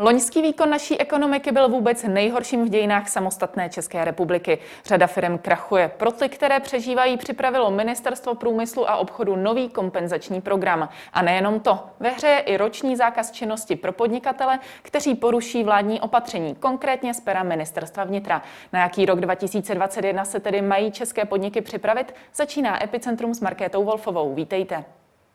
Loňský výkon naší ekonomiky byl vůbec nejhorším v dějinách samostatné České republiky. Řada firem krachuje. Pro ty, které přežívají, připravilo Ministerstvo průmyslu a obchodu nový kompenzační program. A nejenom to. Ve hře je i roční zákaz činnosti pro podnikatele, kteří poruší vládní opatření, konkrétně z pera Ministerstva vnitra. Na jaký rok 2021 se tedy mají české podniky připravit? Začíná Epicentrum s Markétou Wolfovou. Vítejte.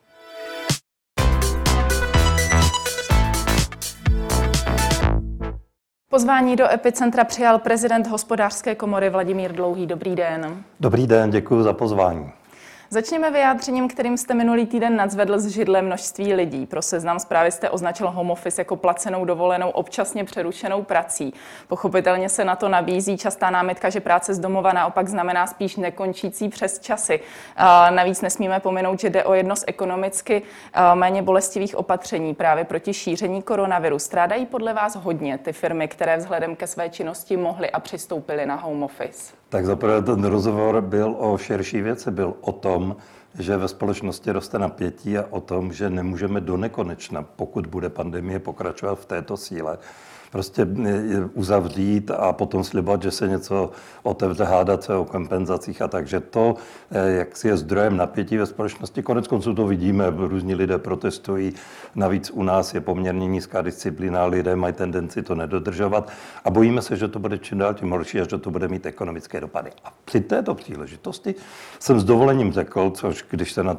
Pozvání do Epicentra přijal prezident Hospodářské komory Vladimír Dlouhý. Dobrý den. Dobrý den, děkuji za pozvání. Začněme vyjádřením, kterým jste minulý týden nadzvedl z židle množství lidí. Pro Seznam Zprávy jste označil home office jako placenou dovolenou občasně přerušenou prací. Pochopitelně se na to nabízí častá námitka, že práce z domova naopak znamená spíš nekončící přesčasy. Navíc nesmíme pominout, že jde o jedno z ekonomicky méně bolestivých opatření právě proti šíření koronaviru. Strádají podle vás hodně ty firmy, které vzhledem ke své činnosti mohly a přistoupily na home office? Tak zaprvé ten rozhovor byl o širší věci, byl o tom, že ve společnosti roste napětí a o tom, že nemůžeme do nekonečna, pokud bude pandemie pokračovat v této síle, prostě uzavřít a potom slibovat, že se něco otevře, hádat se o kompenzacích a takže to, jak si je zdrojem napětí ve společnosti, koneckonců to vidíme, různí lidé protestují, navíc u nás je poměrně nízká disciplína, lidé mají tendenci to nedodržovat a bojíme se, že to bude čím dál tím horší a že to bude mít ekonomické dopady. A při této příležitosti jsem s dovolením řekl, což když se na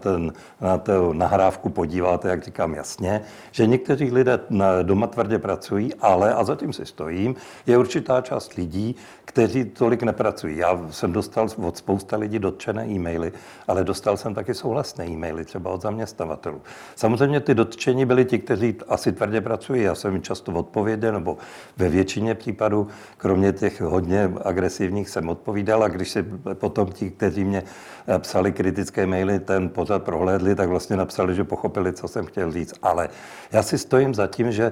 tu nahrávku podíváte, jak říkám jasně, že někteří lidé doma tvrdě pracují, ale a zatím si stojím, je určitá část lidí, kteří tolik nepracují. Já jsem dostal od spousta lidí dotčené e-maily, ale dostal jsem taky souhlasné e-maily, třeba od zaměstnavatelů. Samozřejmě ty dotčení byli ti, kteří asi tvrdě pracují. Já jsem jim často odpověděl, nebo ve většině případů, kromě těch hodně agresivních, jsem odpovídal a když si potom ti, kteří mě psali kritické maily, ten pořad prohlédli, tak vlastně napsali, že pochopili, co jsem chtěl říct. Ale já si stojím za tím, že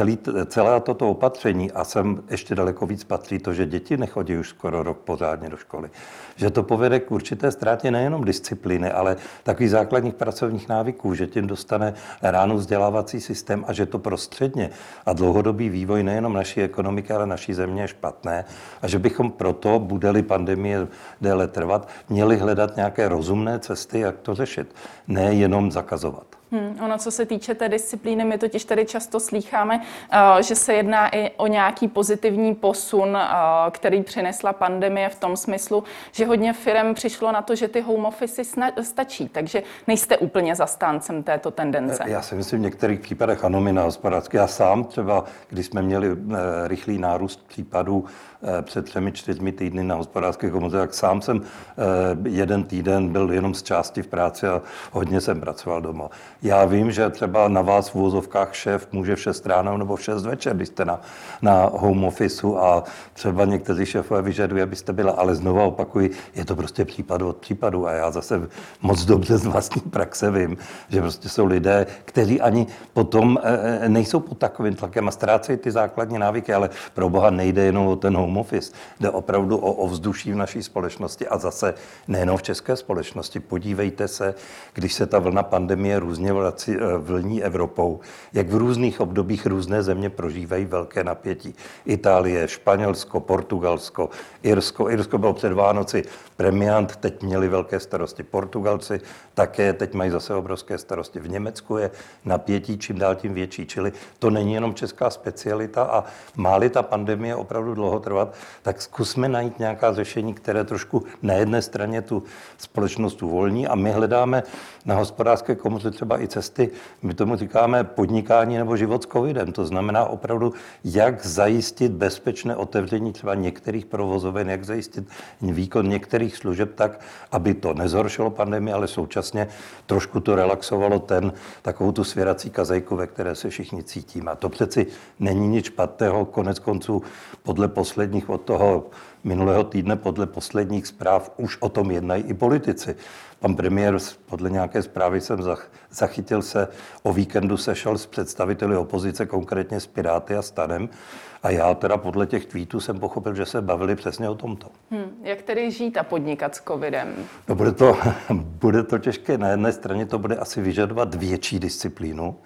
celé toto opatření, a sem ještě daleko víc patří to, že děti nechodí už skoro rok pořádně do školy, že to povede k určité ztrátě nejenom disciplíny, ale takových základních pracovních návyků, že tím dostane ráno vzdělávací systém a že to prostředně a dlouhodobý vývoj nejenom naší ekonomiky, ale naší země je špatné a že bychom proto, bude-li pandemie déle trvat, měli hledat nějaké rozumné cesty, jak to řešit, ne jenom zakazovat. Ono, co se týče té disciplíny, my totiž tady často slýcháme, že se jedná i o nějaký pozitivní posun, který přinesla pandemie v tom smyslu, že hodně firem přišlo na to, že ty home office stačí, takže nejste úplně zastáncem této tendence. Já si myslím, v některých případech ano, my na hospodářské. Já sám třeba, když jsme měli rychlý nárůst případů před 3-4 týdny na hospodářské komoře, tak sám jsem jeden týden byl jenom z části v práci a hodně jsem pracoval doma. Já vím, že třeba na vás v uvozovkách šéf může v 6 ráno nebo v 6 večer, když jste na home officeu a třeba někteří šéfové vyžadují, abyste byla, ale znovu opakuji, je to prostě případ od případu a já zase moc dobře z vlastní praxe vím, že prostě jsou lidé, kteří ani potom nejsou pod takovým tlakem a ztrácejí ty základní návyky, ale pro boha nejde jenom o ten home office, jde opravdu o ovzduší v naší společnosti a zase nejenom v české společnosti. Podívejte se, když se ta vlna pandemie různě vlní Evropou, jak v různých obdobích různé země prožívají velké napětí. Itálie, Španělsko, Portugalsko, Irsko. Irsko bylo před Vánoci premiant, teď měli velké starosti. Portugalci také teď mají zase obrovské starosti. V Německu je napětí čím dál tím větší, čili to není jenom česká specialita a má-li ta pandemie opravdu dlouho trvat, tak zkusme najít nějaká řešení, které trošku na jedné straně tu společnost uvolní a my hledáme na hospodářské komoře třeba i cesty, my tomu říkáme podnikání nebo život s covidem. To znamená opravdu, jak zajistit bezpečné otevření třeba některých provozoven, jak zajistit výkon některých služeb tak, aby to nezhoršilo pandemii, ale současně trošku to relaxovalo takovou tu svěrací kazajku, ve které se všichni cítíme. A to přeci není nic špatného, konec konců podle posledních od toho minulého týdne, podle posledních zpráv už o tom jednají i politici. Pan premiér, podle nějaké zprávy jsem zachytil, se o víkendu sešel s představiteli opozice, konkrétně s Piráty a STANem. A já teda podle těch tweetů jsem pochopil, že se bavili přesně o tomto. Jak tedy žít a podnikat s covidem? No bude to těžké. Na jedné straně to bude asi vyžadovat větší disciplínu.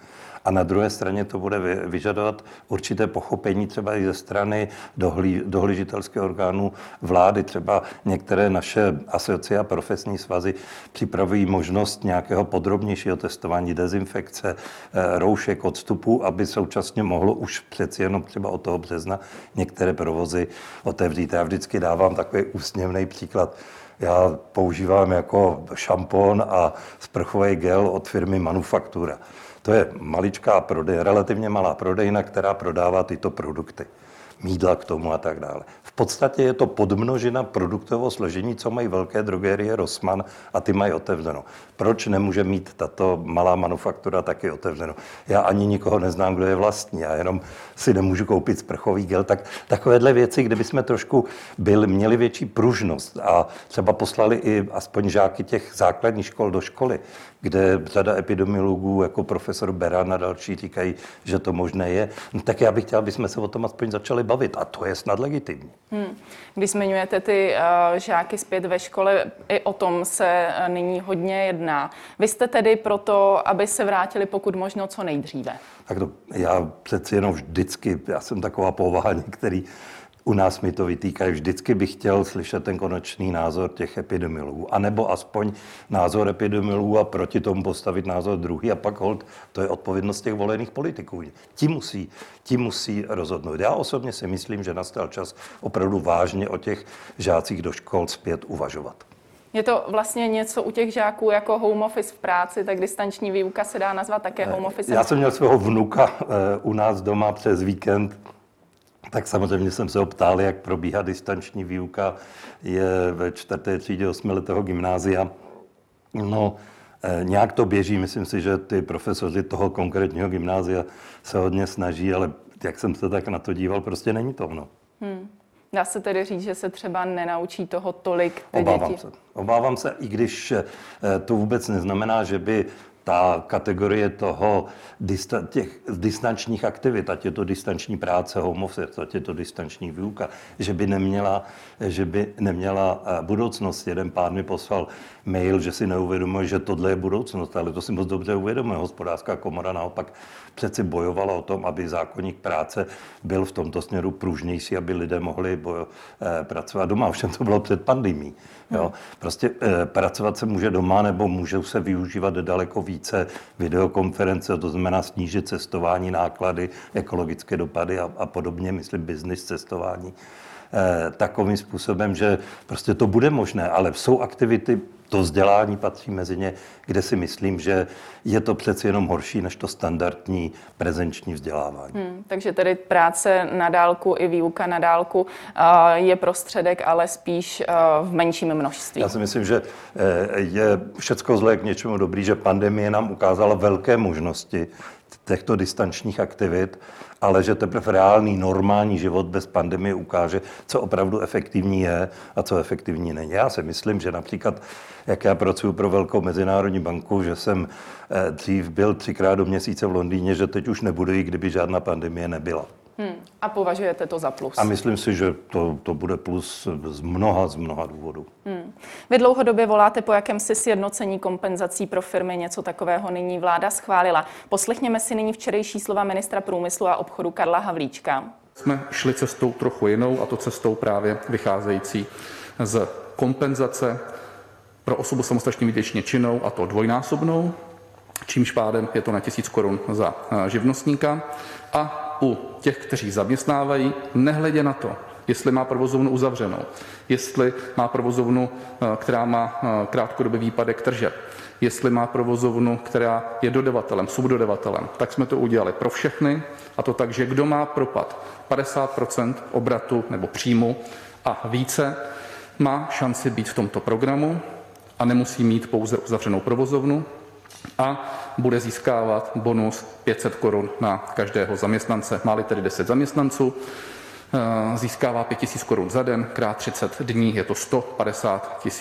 A na druhé straně to bude vyžadovat určité pochopení třeba i ze strany dohlížitelského orgánu vlády. Třeba některé naše asociace a profesní svazy připravují možnost nějakého podrobnějšího testování, dezinfekce, roušek, odstupů, aby současně mohlo už přeci jenom třeba od toho března některé provozy otevřít. Já vždycky dávám takový úsměvný příklad. Já používám jako šampon a sprchový gel od firmy Manufaktura. To je maličká relativně malá prodejna, která prodává tyto produkty. Mýdla k tomu a tak dále. V podstatě je to podmnožina produktového složení, co mají velké drogerie Rossmann a ty mají otevřeno. Proč nemůže mít tato malá manufaktura taky otevřeno? Já ani nikoho neznám, kdo je vlastní, já jenom si nemůžu koupit sprchový gel. Tak takovéhle věci, kdybychom trošku měli větší pružnost a třeba poslali i aspoň žáky těch základních škol do školy, kde řada epidemiologů jako profesor Beran a další říkají, že to možné je, no tak já bych chtěl, aby jsme se o tom aspoň začali bavit a to je snad legitimní. Když zmiňujete ty žáky zpět ve škole, i o tom se nyní hodně jedná. Vy jste tedy proto, aby se vrátili pokud možno co nejdříve? Tak to, já přeci jenom vždycky, já jsem taková povaha, některý u nás mi to vytýkají. Vždycky bych chtěl slyšet ten konečný názor těch epidemiologů. A nebo aspoň názor epidemiologů a proti tomu postavit názor druhý. A pak holt, to je odpovědnost těch volených politiků. Ti musí rozhodnout. Já osobně si myslím, že nastal čas opravdu vážně o těch žácích do škol zpět uvažovat. Je to vlastně něco u těch žáků jako home office v práci, tak distanční výuka se dá nazvat také home office? Já jsem měl svého vnuka u nás doma přes víkend. Tak samozřejmě jsem se ho ptal, jak probíhá distanční výuka. Je ve 4. třídě 8letého gymnázia. No, nějak to běží. Myslím si, že ty profesoři toho konkrétního gymnázia se hodně snaží, ale jak jsem se tak na to díval, prostě není to ono. Dá se tedy říct, že se třeba nenaučí toho tolik děti? Obávám se, i když to vůbec neznamená, že by ta kategorie těch distančních aktivit, ať je to distanční práce, home office, ať je to distanční výuka, že by neměla budoucnost. Jeden pán mi poslal mail, že si neuvědomuje, že tohle je budoucnost, ale to si moc dobře uvědomuje. Hospodářská komora naopak přeci bojovala o tom, aby zákoník práce byl v tomto směru pružnější, aby lidé mohli pracovat doma. Ovšem to bylo před pandemií. Jo? Prostě pracovat se může doma, nebo můžou se využívat daleko více videokonference, to znamená snížit cestování, náklady, ekologické dopady a podobně, myslím business cestování. Takovým způsobem, že prostě to bude možné, ale jsou aktivity, to vzdělání patří mezi ně, kde si myslím, že je to přeci jenom horší než to standardní prezenční vzdělávání. Takže tedy práce na dálku i výuka na dálku je prostředek, ale spíš v menším množství. Já si myslím, že je všecko zlé k něčemu dobrý, že pandemie nám ukázala velké možnosti těchto distančních aktivit, ale že teprve reálný normální život bez pandemie ukáže, co opravdu efektivní je a co efektivní není. Já si myslím, že například, jak já pracuji pro velkou mezinárodní banku, že jsem dřív byl 3krát do měsíce v Londýně, že teď už nebudu, i kdyby žádná pandemie nebyla. A považujete to za plus? A myslím si, že to bude plus z mnoha důvodů. Vy dlouhodobě voláte po jakémsi sjednocení kompenzací pro firmy. Něco takového nyní vláda schválila. Poslechněme si nyní včerejší slova ministra průmyslu a obchodu Karla Havlíčka. Jsme šli cestou trochu jinou, a to cestou právě vycházející z kompenzace pro osobu samostatně výdělečně činnou, a to dvojnásobnou, čímž pádem je to na 1000 korun za živnostníka. A u těch, kteří zaměstnávají, nehledě na to, jestli má provozovnu uzavřenou, jestli má provozovnu, která má krátkodobý výpadek tržeb, jestli má provozovnu, která je dodavatelem, subdodavatelem, tak jsme to udělali pro všechny, a to tak, že kdo má propad 50% obratu nebo příjmu a více, má šanci být v tomto programu a nemusí mít pouze uzavřenou provozovnu a bude získávat bonus 500 korun na každého zaměstnance. Má-li tedy 10 zaměstnanců, získává 5000 korun za den, krát 30 dní, je to 150 000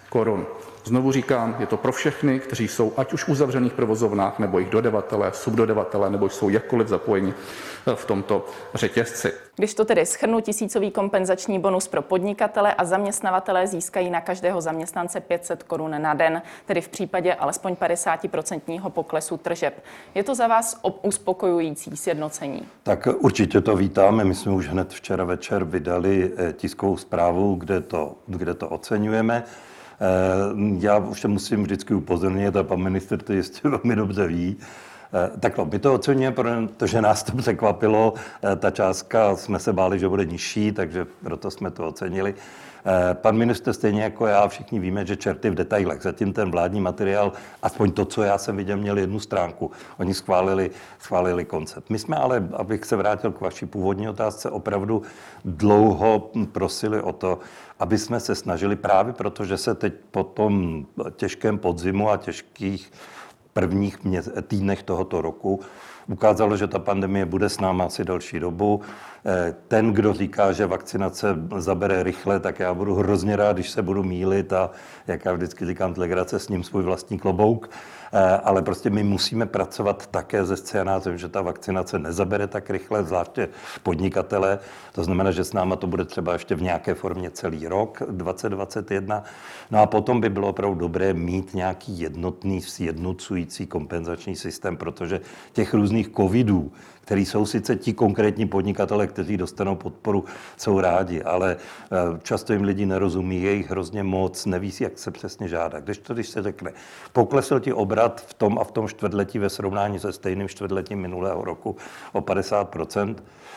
korun. Znovu říkám, je to pro všechny, kteří jsou ať už v uzavřených provozovnách, nebo jejich dodavatelé, subdodavatelé, nebo jsou jakkoliv zapojeni v tomto řetězci. Když to tedy shrnu, tisícový kompenzační bonus pro podnikatele a zaměstnavatele získají na každého zaměstnance 500 korun na den, tedy v případě alespoň 50% poklesu tržeb. Je to za vás uspokojující sjednocení? Tak určitě to vítáme. My jsme už hned včera večer vydali tiskovou zprávu, kde to oceňujeme. Já už musím vždycky upozornit, a pan ministr to jistě velmi dobře ví. Takhle, my to oceňujeme, protože nás to překvapilo. Ta částka, jsme se báli, že bude nižší, takže proto jsme to ocenili. Pan ministr stejně jako já, všichni víme, že čerty v detailech. Zatím ten vládní materiál, aspoň to, co já jsem viděl, měl jednu stránku. Oni schválili koncept. My jsme ale, abych se vrátil k vaší původní otázce, opravdu dlouho prosili o to, aby jsme se snažili právě protože se teď po tom těžkém podzimu a těžkých prvních týdnech tohoto roku ukázalo, že ta pandemie bude s námi asi další dobu. Ten, kdo říká, že vakcinace zabere rychle, tak já budu hrozně rád, když se budu mýlit a jak já vždycky říkám, legrace s ním svůj vlastní klobouk. Ale prostě my musíme pracovat také se scénářem, že ta vakcinace nezabere tak rychle, zvláště podnikatele. To znamená, že s náma to bude třeba ještě v nějaké formě celý rok 2021. No a potom by bylo opravdu dobré mít nějaký jednotný, sjednocující kompenzační systém, protože těch různých covidů, který jsou sice ti konkrétní podnikatele, kteří dostanou podporu, jsou rádi, ale často jim lidi nerozumí, je jich hrozně moc, neví si, jak se přesně žádá. Když se řekne, poklesl ti obrat v tom a v tom čtvrtletí ve srovnání se stejným čtvrtletím minulého roku o 50%,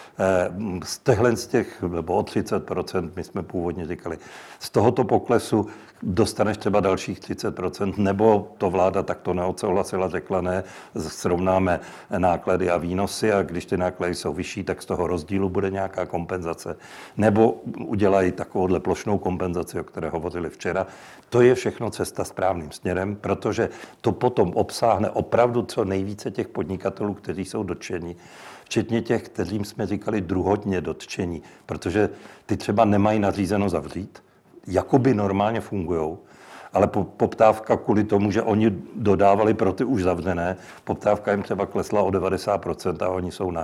z těch, nebo o 30%, my jsme původně říkali, z tohoto poklesu dostaneš třeba dalších 30%, nebo to vláda takto neodsouhlasila, řekla ne, srovnáme náklady a výnosy a když ty náklady jsou vyšší, tak z toho rozdílu bude nějaká kompenzace. Nebo udělají takovouhle plošnou kompenzaci, o které hovořili včera. To je všechno cesta správným směrem, protože to potom obsáhne opravdu co nejvíce těch podnikatelů, kteří jsou dotčeni, včetně těch, kterým jsme říkali druhotně dotčení, protože ty třeba nemají nařízeno zavřít, jakoby normálně fungujou, ale poptávka kvůli tomu, že oni dodávali pro ty už zavřené, poptávka jim třeba klesla o 90% a oni jsou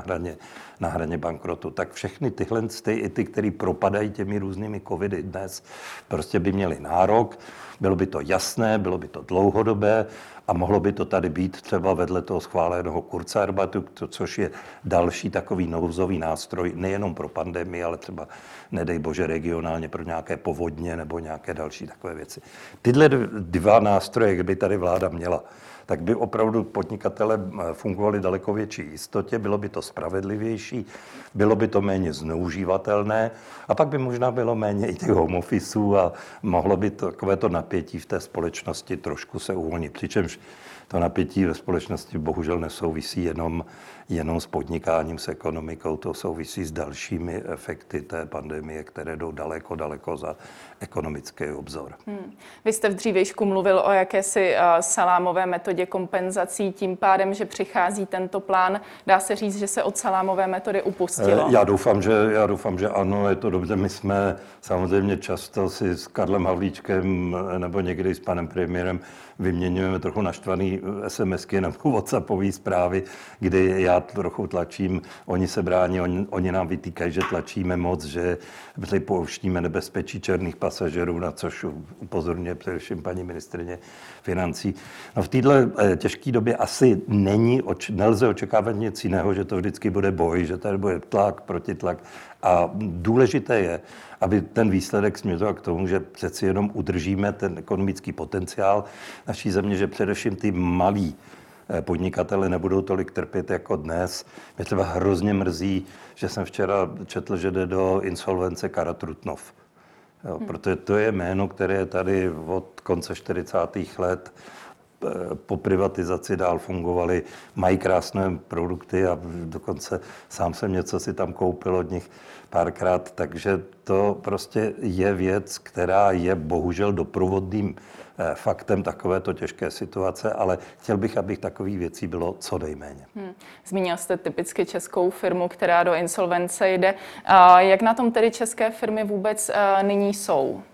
na hraně bankrotu. Tak všechny tyhle, i ty, který propadají těmi různými covidy dnes, prostě by měli nárok, bylo by to jasné, bylo by to dlouhodobé a mohlo by to tady být třeba vedle toho schváleného Kurzarbeitu, což je další takový nouzový nástroj, nejenom pro pandemii, ale třeba, nedej bože, regionálně pro nějaké povodně nebo nějaké další takové věci. Tyhle dva nástroje, kdyby tady vláda měla, tak by opravdu podnikatele fungovali daleko větší jistotě, bylo by to spravedlivější, bylo by to méně zneužívatelné a pak by možná bylo méně i těch home officeů a mohlo by takovéto napětí v té společnosti trošku se uvolnit. Přičemž to napětí ve společnosti bohužel nesouvisí jenom s podnikáním, s ekonomikou, to souvisí s dalšími efekty té pandemie, které jdou daleko za ekonomický obzor. Vy jste v dřívějšku mluvil o jakési salámové metodě kompenzací, tím pádem, že přichází tento plán. Dá se říct, že se od salámové metody upustilo? Já doufám, že ano, je to dobře. My jsme samozřejmě často si s Karlem Havlíčkem nebo někdy s panem premiérem vyměňujeme trochu naštvaný SMSky nebo WhatsAppové zprávy, kdy já trochu tlačím, oni se brání, oni nám vytýkají, že tlačíme moc, že připouštíme nebezpečí černých pasažerů, na což upozorňuje především paní ministryně financí. No v této těžké době asi nelze očekávat nic jiného, že to vždycky bude boj, že tady bude tlak, protitlak. A důležité je, aby ten výsledek směřoval k tomu, že přeci jenom udržíme ten ekonomický potenciál naší země, že především ty malí podnikatele nebudou tolik trpět jako dnes. Mě třeba hrozně mrzí, že jsem včera četl, že jde do insolvence Kara Trutnov. Jo, protože to je jméno, které tady od konce 40. let po privatizaci dál fungovaly, mají krásné produkty a dokonce sám jsem něco si tam koupil od nich párkrát, takže to prostě je věc, která je bohužel doprovodným faktem takovéto těžké situace, ale chtěl bych, aby takových věcí bylo co nejméně. Zmínil jste typicky českou firmu, která do insolvence jde. Jak na tom tedy české firmy vůbec nyní jsou?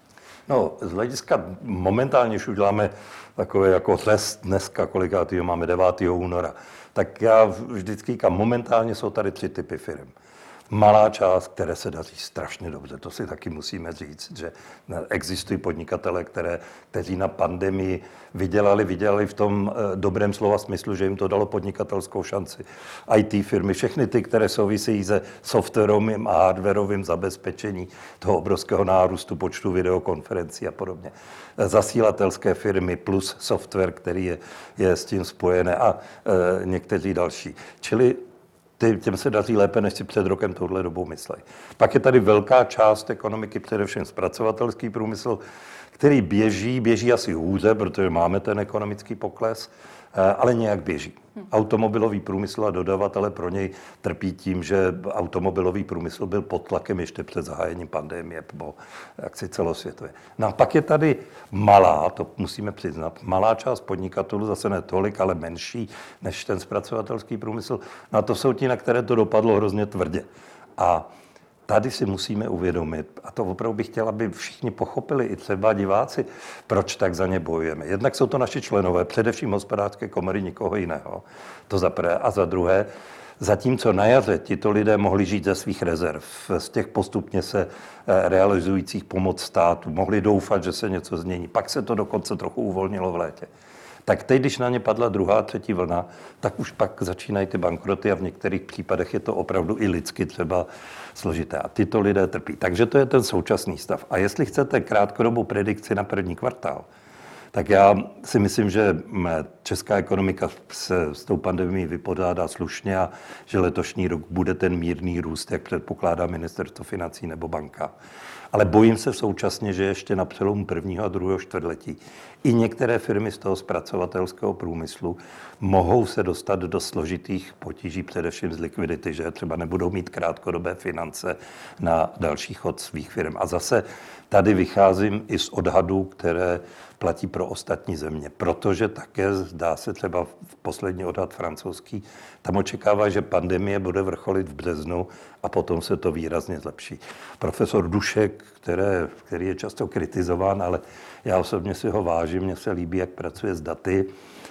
No, z hlediska momentálně už uděláme takové jako dneska, kolikátýho máme 9. února, tak já vždycky říkám, momentálně jsou tady 3 typy firm. Malá část, které se daří strašně dobře, to si taky musíme říct, že existují podnikatele, kteří na pandemii vydělali v tom dobrém slova smyslu, že jim to dalo podnikatelskou šanci. IT firmy, všechny ty, které souvisejí se softwarovým a hardwarovým zabezpečení toho obrovského nárůstu počtu videokonferencí a podobně. Zasílatelské firmy plus software, který je s tím spojené a někteří další. Čili těm se daří lépe, než si před rokem touhle dobou mysleli. Pak je tady velká část ekonomiky, především zpracovatelský průmysl, který běží asi hůře, protože máme ten ekonomický pokles, ale nějak běží. Automobilový průmysl a dodavatele pro něj trpí tím, že automobilový průmysl byl pod tlakem ještě před zahájením pandemie, po akci celosvětově. No a pak je tady malá, to musíme přiznat, malá část podnikatelů, zase ne tolik, ale menší než ten zpracovatelský průmysl. No a to jsou ti, na které to dopadlo hrozně tvrdě. A tady si musíme uvědomit, a to opravdu bych chtěl, aby všichni pochopili, i třeba diváci, proč tak za ně bojujeme. Jednak jsou to naši členové, především Hospodářské komory, nikoho jiného. To za prvé. A za druhé, zatímco na jaře tito lidé mohli žít ze svých rezerv, z těch postupně se realizujících pomoc státu, mohli doufat, že se něco změní. Pak se to dokonce trochu uvolnilo v létě. Tak teď, když na ně padla druhá, třetí vlna, tak už pak začínají ty bankroty a v některých případech je to opravdu i lidsky třeba složité. A tyto lidé trpí. Takže to je ten současný stav. A jestli chcete krátkodobou predikci na první kvartál, tak já si myslím, že česká ekonomika se s tou pandemií vypořádá slušně a že letošní rok bude ten mírný růst, jak předpokládá Ministerstvo financí nebo banka. Ale bojím se současně, že ještě na přelomu 1. a 2. čtvrtletí i některé firmy z toho zpracovatelského průmyslu mohou se dostat do složitých potíží, především z likvidity, že třeba nebudou mít krátkodobé finance na další chod svých firm. A zase tady vycházím i z odhadů, které platí pro ostatní země, protože také zdá se třeba v poslední odhad francouzský, tam očekává, že pandemie bude vrcholit v březnu a potom se to výrazně zlepší. Profesor Dušek, který je často kritizován, ale já osobně si ho vážím, mně se líbí, jak pracuje s daty,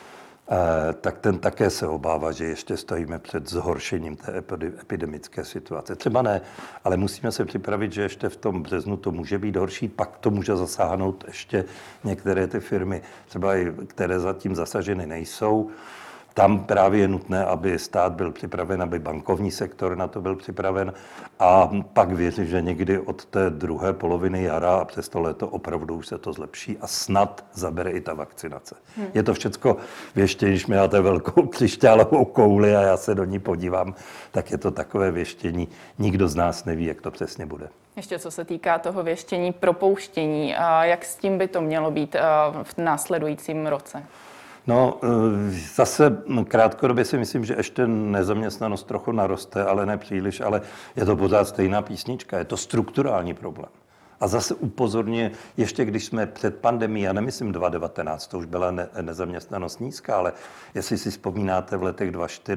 tak ten také se obává, že ještě stojíme před zhoršením té epidemické situace. Třeba ne, ale musíme se připravit, že ještě v tom březnu to může být horší, pak to může zasáhnout ještě některé ty firmy, třeba i které zatím zasaženy nejsou. Tam právě je nutné, aby stát byl připraven, aby bankovní sektor na to byl připraven a pak věřím, že někdy od té druhé poloviny jara a přes to léto opravdu už se to zlepší a snad zabere i ta vakcinace. Je to všecko věštění, když mi dáte velkou křišťálovou kouli a já se do ní podívám, tak je to takové věštění. Nikdo z nás neví, jak to přesně bude. Ještě co se týká toho věštění, propouštění, jak s tím by to mělo být v následujícím roce? No, zase krátkodobě si myslím, že ještě nezaměstnanost trochu naroste, ale ne příliš, ale je to pořád stejná písnička, je to strukturální problém. A zase upozorně, ještě když jsme před pandemií, já nemyslím 2019, to už byla nezaměstnanost nízká, ale jestli si vzpomínáte v letech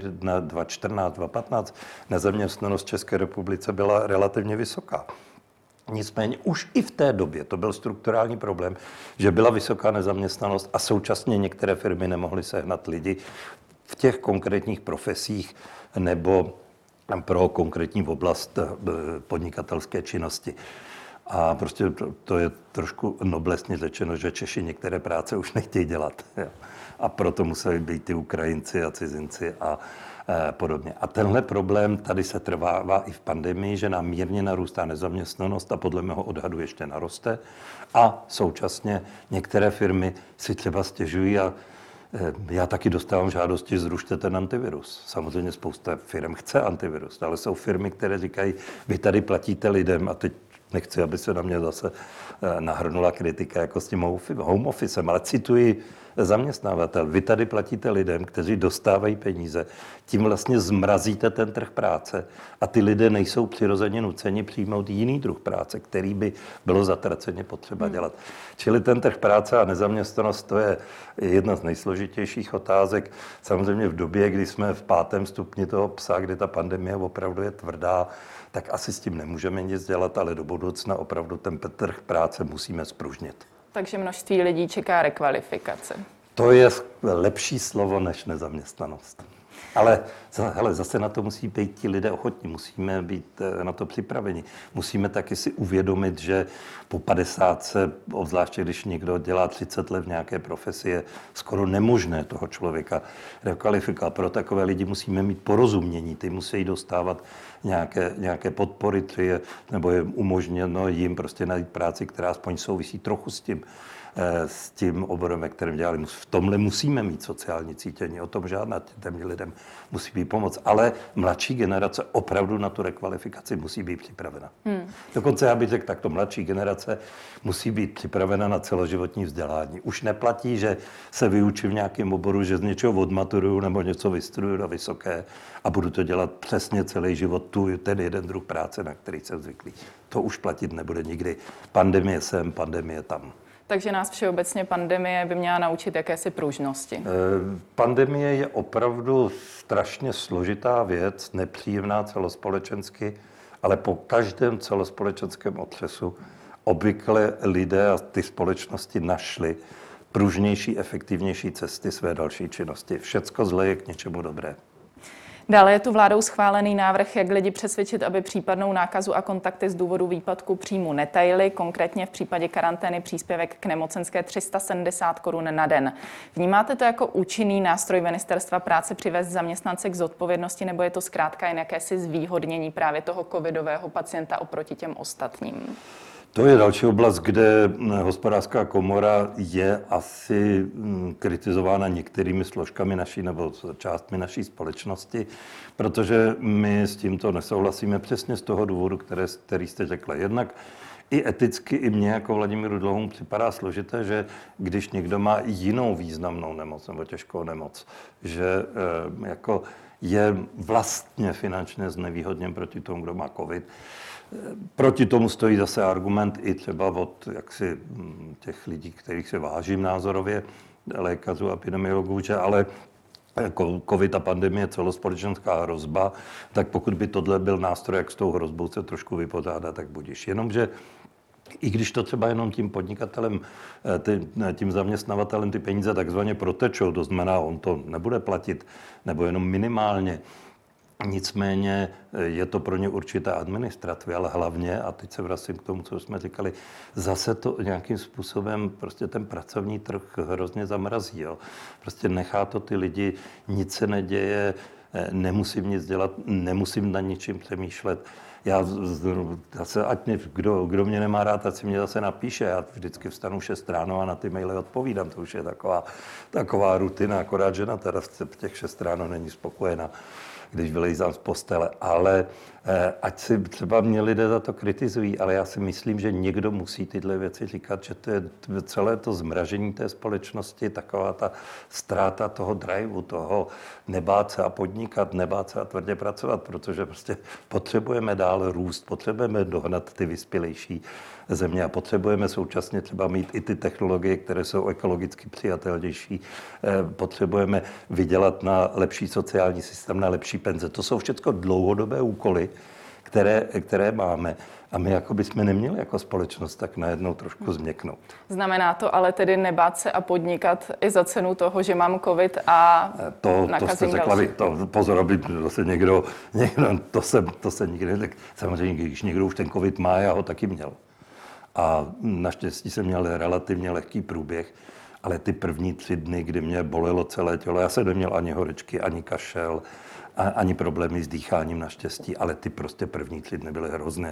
2014, 2015, nezaměstnanost v České republice byla relativně vysoká. Nicméně už i v té době to byl strukturální problém, že byla vysoká nezaměstnanost a současně některé firmy nemohly sehnat lidi v těch konkrétních profesích nebo pro konkrétní oblast podnikatelské činnosti. A prostě to je trošku noblesně řečeno, že Češi některé práce už nechtějí dělat. A proto museli být ty Ukrajinci a cizinci a podobně. A tenhle problém tady se trvává i v pandemii, že nám mírně narůstá nezaměstnanost a podle mého odhadu ještě naroste. A současně některé firmy si třeba stěžují a já taky dostávám žádosti, zrušte ten antivirus. Samozřejmě spousta firm chce antivirus, ale jsou firmy, které říkají, vy tady platíte lidem a teď nechci, aby se na mě zase nahrnula kritika jako s tím home officem, ale cituji zaměstnavatel. Vy tady platíte lidem, kteří dostávají peníze, tím vlastně zmrazíte ten trh práce a ty lidé nejsou přirozeně nuceni přijmout jiný druh práce, který by bylo zatraceně potřeba dělat. Čili ten trh práce a nezaměstnanost, to je jedna z nejsložitějších otázek. Samozřejmě v době, kdy jsme v 5. stupni toho psa, kdy ta pandemie opravdu je tvrdá, tak asi s tím nemůžeme nic dělat, ale do budoucna opravdu ten trh práce musíme zpružnit. Takže množství lidí čeká rekvalifikace. To je lepší slovo než nezaměstnanost. Ale zase na to musí být ti lidé ochotní, musíme být na to připraveni. Musíme taky si uvědomit, že po 50, obzvláště když někdo dělá 30 let v nějaké profesi, je skoro nemožné toho člověka rekvalifikovat. Pro takové lidi musíme mít porozumění, ty musí dostávat nějaké podpory, nebo je umožněno jim prostě najít práci, která aspoň souvisí trochu s tím oborem, ve kterém dělali. V tomhle musíme mít sociální cítění, o tom žádná, těm lidem musí být pomoc. Ale mladší generace opravdu na tu rekvalifikaci musí být připravena. Dokonce já bych řekl, takto mladší generace musí být připravena na celoživotní vzdělání. Už neplatí, že se vyučí v nějakém oboru, že z něčeho odmaturuju nebo něco vystuduju na vysoké a budu to dělat přesně celý život, ten jeden druh práce, na který jsem zvyklý. To už platit nebude nikdy. Pandemie sem, pandemie tam. Takže nás všeobecně pandemie by měla naučit jakési pružnosti. Pandemie je opravdu strašně složitá věc, nepříjemná celospolečensky, ale po každém celospolečenském otřesu obvykle lidé a ty společnosti našly pružnější, efektivnější cesty své další činnosti. Všecko zlé je k něčemu dobré. Dále je tu vládou schválený návrh, jak lidi přesvědčit, aby případnou nákazu a kontakty z důvodu výpadku příjmu netajili. Konkrétně v případě karantény příspěvek k nemocenské 370 Kč na den. Vnímáte to jako účinný nástroj Ministerstva práce přivést zaměstnance k zodpovědnosti, nebo je to zkrátka jen jakési zvýhodnění právě toho covidového pacienta oproti těm ostatním? To je další oblast, kde Hospodářská komora je asi kritizována některými složkami naší nebo částmi naší společnosti, protože my s tímto nesouhlasíme přesně z toho důvodu, který jste řekla. Jednak i eticky, i mně jako Vladimíru Dlouhému připadá složité, že když někdo má jinou významnou nemoc nebo těžkou nemoc, že jako je vlastně finančně znevýhodněn proti tomu, kdo má covid. Proti tomu stojí zase argument i třeba od těch lidí, kterých se vážím názorově, lékařů a epidemiologů, že ale covid a pandemie, celospolečenská hrozba, tak pokud by tohle byl nástroj, jak s tou hrozbou se trošku vypořádat, tak budiš. Jenomže i když to třeba jenom tím podnikatelem, tím zaměstnavatelem ty peníze takzvaně protečou, to znamená, on to nebude platit, nebo jenom minimálně, nicméně je to pro ně určitá administrativa, ale hlavně, a teď se vracím k tomu, co jsme říkali, zase to nějakým způsobem prostě ten pracovní trh hrozně zamrazí. Jo. Prostě nechá to ty lidi, nic se neděje, nemusím nic dělat, nemusím na ničím přemýšlet. Já zase, kdo mě nemá rád, ať si mě zase napíše. Já vždycky vstanu 6 ráno a na ty maily odpovídám. To už je taková rutina, akorát žena teda v těch 6 ráno není spokojená, když vylejzám z postele. Ale ať si třeba mě lidé za to kritizují, ale já si myslím, že někdo musí tyhle věci říkat, že to je celé to zmražení té společnosti, taková ta ztráta toho driveu, toho nebát se a podnikat, nebát se a tvrdě pracovat, protože prostě potřebujeme dál růst, potřebujeme dohnat ty vyspělejší země a potřebujeme současně třeba mít i ty technologie, které jsou ekologicky přijatelnější. Potřebujeme vydělat na lepší sociální systém, na lepší penze. To jsou všechno dlouhodobé úkoly, které máme. A my jako bychom neměli jako společnost tak najednou trošku změknout. Znamená to ale tedy nebát se a podnikat i za cenu toho, že mám covid a nakazím další? Pozor, aby zase někdo to se nikdy neřekl. Samozřejmě, když někdo už ten covid má, já ho taky měl. A naštěstí jsem měl relativně lehký průběh, ale ty první 3 dny, kdy mě bolelo celé tělo, já jsem neměl ani horečky, ani kašel, ani problémy s dýcháním naštěstí, ale ty prostě první 3 dny byly hrozné.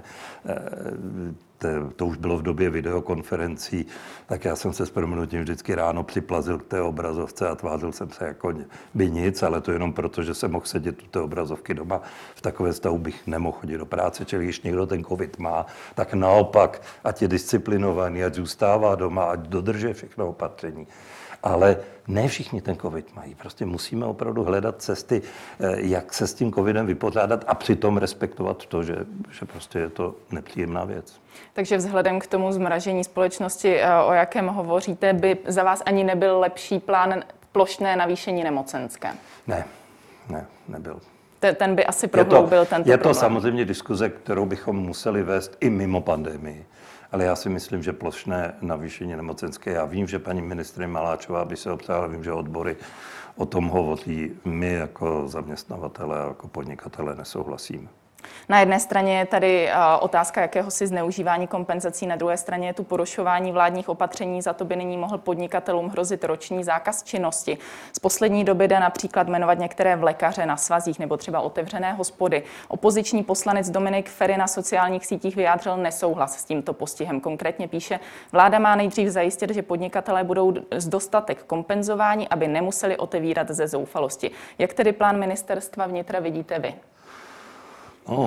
To už bylo v době videokonferencí, tak já jsem se s prominutím vždycky ráno připlazil k té obrazovce a tvářil jsem se jako by nic, ale to jenom proto, že jsem mohl sedět u té obrazovky doma. V takové stavu bych nemohl chodit do práce, čili když někdo ten covid má, tak naopak, ať je disciplinovaný, ať zůstává doma, ať dodržuje všechno opatření. Ale ne všichni ten covid mají. Prostě musíme opravdu hledat cesty, jak se s tím covidem vypořádat a přitom respektovat to, že prostě je to nepříjemná věc. Takže vzhledem k tomu zmražení společnosti, o jakém hovoříte, by za vás ani nebyl lepší plán plošné navýšení nemocenské? Ne, nebyl. ten by asi prohloubil tento Je to problém. samozřejmě diskuze, kterou bychom museli vést i mimo pandemii. Ale já si myslím, že plošné navýšení nemocenské, já vím, že paní ministryně Maláčová by se optala, vím, že odbory o tom hovoří. My jako zaměstnavatele a jako podnikatele nesouhlasíme. Na jedné straně je tady otázka jakéhosi zneužívání kompenzací, na druhé straně je tu porušování vládních opatření, za to by nyní mohl podnikatelům hrozit roční zákaz činnosti. Z poslední doby jde například jmenovat některé vlekaře na svazích nebo třeba otevřené hospody. Opoziční poslanec Dominik Feri na sociálních sítích vyjádřil nesouhlas s tímto postihem. Konkrétně píše, vláda má nejdřív zajistit, že podnikatelé budou z dostatek kompenzováni, aby nemuseli otevírat ze zoufalosti. Jak tedy plán ministerstva vnitra vidíte vy? No,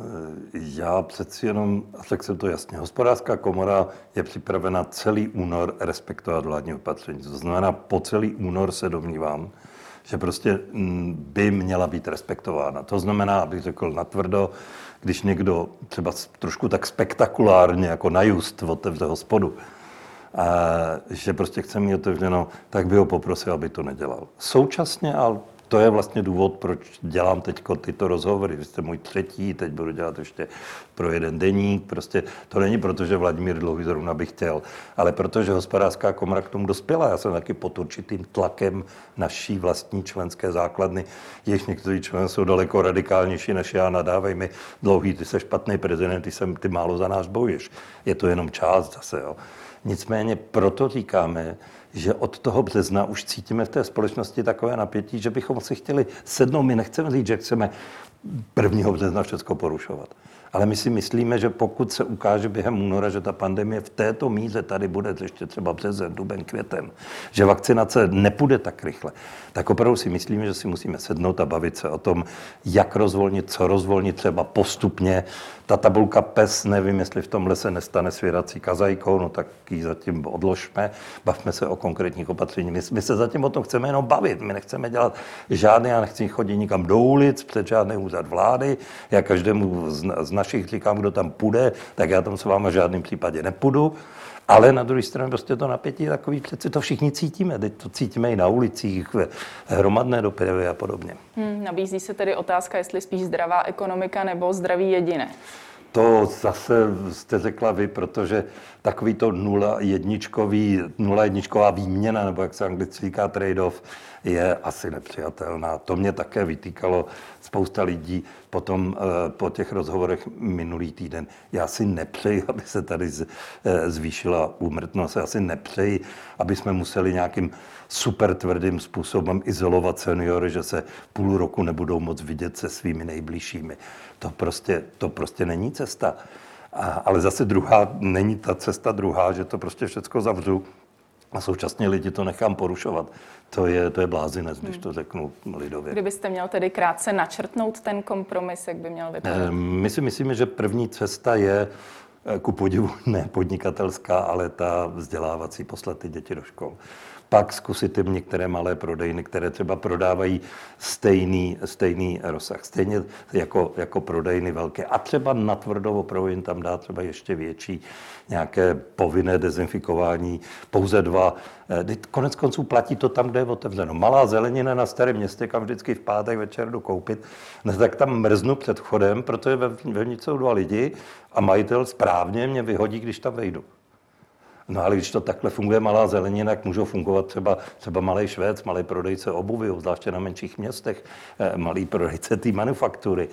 já přeci jenom, a tak jsem to jasně, Hospodářská komora je připravena celý únor respektovat vládní opatření. To znamená, po celý únor se domnívám, že prostě by měla být respektována. To znamená, abych řekl natvrdo, když někdo třeba trošku tak spektakulárně jako na just otevře hospodu, že prostě chce mít otevřeno, tak by ho poprosil, aby to nedělal. Současně, ale to je vlastně důvod, proč dělám teď tyto rozhovory. Vy jste můj třetí, teď budu dělat ještě pro jeden deník. Prostě to není proto, že Vladimír Dlouhý zrovna by chtěl, ale protože Hospodářská komora k tomu dospěla. Já jsem taky pod určitým tlakem naší vlastní členské základny. Jejich někteří členové jsou daleko radikálnější než já. Nadávají mi, Dlouhý, ty jsi špatný prezident, ty málo za nás bojuješ. Je to jenom část zase, jo. Nicméně proto říkáme, že od toho března už cítíme v té společnosti takové napětí, že bychom si chtěli sednout. My nechceme říct, že chceme 1. března všechno porušovat. Ale my si myslíme, že pokud se ukáže během února, že ta pandemie v této míře tady bude ještě třeba březen, duben, květen, že vakcinace nepůjde tak rychle, tak opravdu si myslíme, že si musíme sednout a bavit se o tom, jak rozvolnit, co rozvolnit, třeba postupně. Ta tabulka PES, nevím, jestli v tomhle se nestane svěrací kazajkou, no tak ji zatím odložme, bavme se o konkrétních opatření. My se zatím o tom chceme jenom bavit, my nechceme dělat žádné, já nechci chodit nikam do ulic, před žádný úřad vlády, já každému z našich říkám, kdo tam půjde, tak já tam s váma v žádném případě nepůjdu. Ale na druhé straně prostě to napětí je takový, přeci to všichni cítíme. Teď to cítíme i na ulicích, v hromadné dopravě a podobně. Nabízí se tedy otázka, jestli spíš zdravá ekonomika nebo zdravý jedinec. To zase jste řekla vy, protože takový to nula-jedničková výměna, nebo jak se anglicky říká trade-off, je asi nepřijatelná. To mě také vytýkalo spousta lidí potom po těch rozhovorech minulý týden. Já si nepřeji, aby se tady zvýšila úmrtnost. Já si nepřeji, aby jsme museli nějakým super tvrdým způsobem izolovat seniory, že se půl roku nebudou moc vidět se svými nejbližšími. To prostě není cesta. Ale zase není ta cesta druhá, že to prostě všecko zavřu a současně lidi to nechám porušovat. To je blázinec, když to řeknu lidově. Kdybyste měl tedy krátce načrtnout ten kompromis, jak by měl vypadat? My si myslíme, že první cesta je ku podivu ne podnikatelská, ale ta vzdělávací, poslat ty děti do škol. Pak zkusit jim některé malé prodejny, které třeba prodávají stejný rozsah, stejně jako prodejny velké. A třeba natvrdo opravdu jim tam dá třeba ještě větší nějaké povinné dezinfikování, pouze 2. Konec konců platí to tam, kde je otevřeno. Malá zelenina na Starém Městě, kam vždycky v pátek večer jdu koupit, tak tam mrznu před vchodem, protože vevnitř jsou 2 lidi a majitel správně mě vyhodí, když tam vejdu. No ale když to takhle funguje malá zelenina, tak můžou fungovat třeba malý Švéd, malý prodejce obuvy, zvláště na menších městech, malý prodejce té manufaktury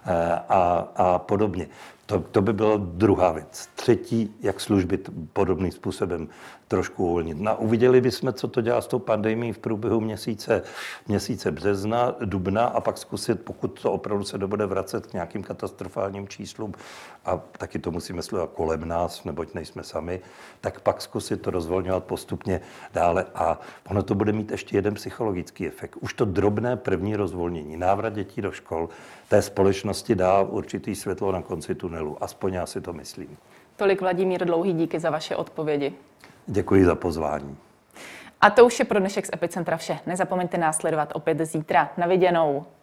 a podobně. To by byla druhá věc. Třetí, jak služby podobným způsobem trošku uvolnit. Uviděli bychom, co to dělá s tou pandemií v průběhu měsíce března, dubna a pak zkusit, pokud to opravdu se bude vracet k nějakým katastrofálním číslům a taky to musíme sledovat kolem nás, neboť nejsme sami, tak pak zkusit to rozvolňovat postupně dále a ono to bude mít ještě jeden psychologický efekt. Už to drobné první rozvolnění, návrat dětí do škol, té společnosti dá určitý světlo na konci tunelu. Aspoň já si to myslím. Tolik Vladimír Dlouhý, díky za vaše odpovědi. Děkuji za pozvání. A to už je pro dnešek z Epicentra vše. Nezapomeňte nás sledovat opět zítra. Na viděnou.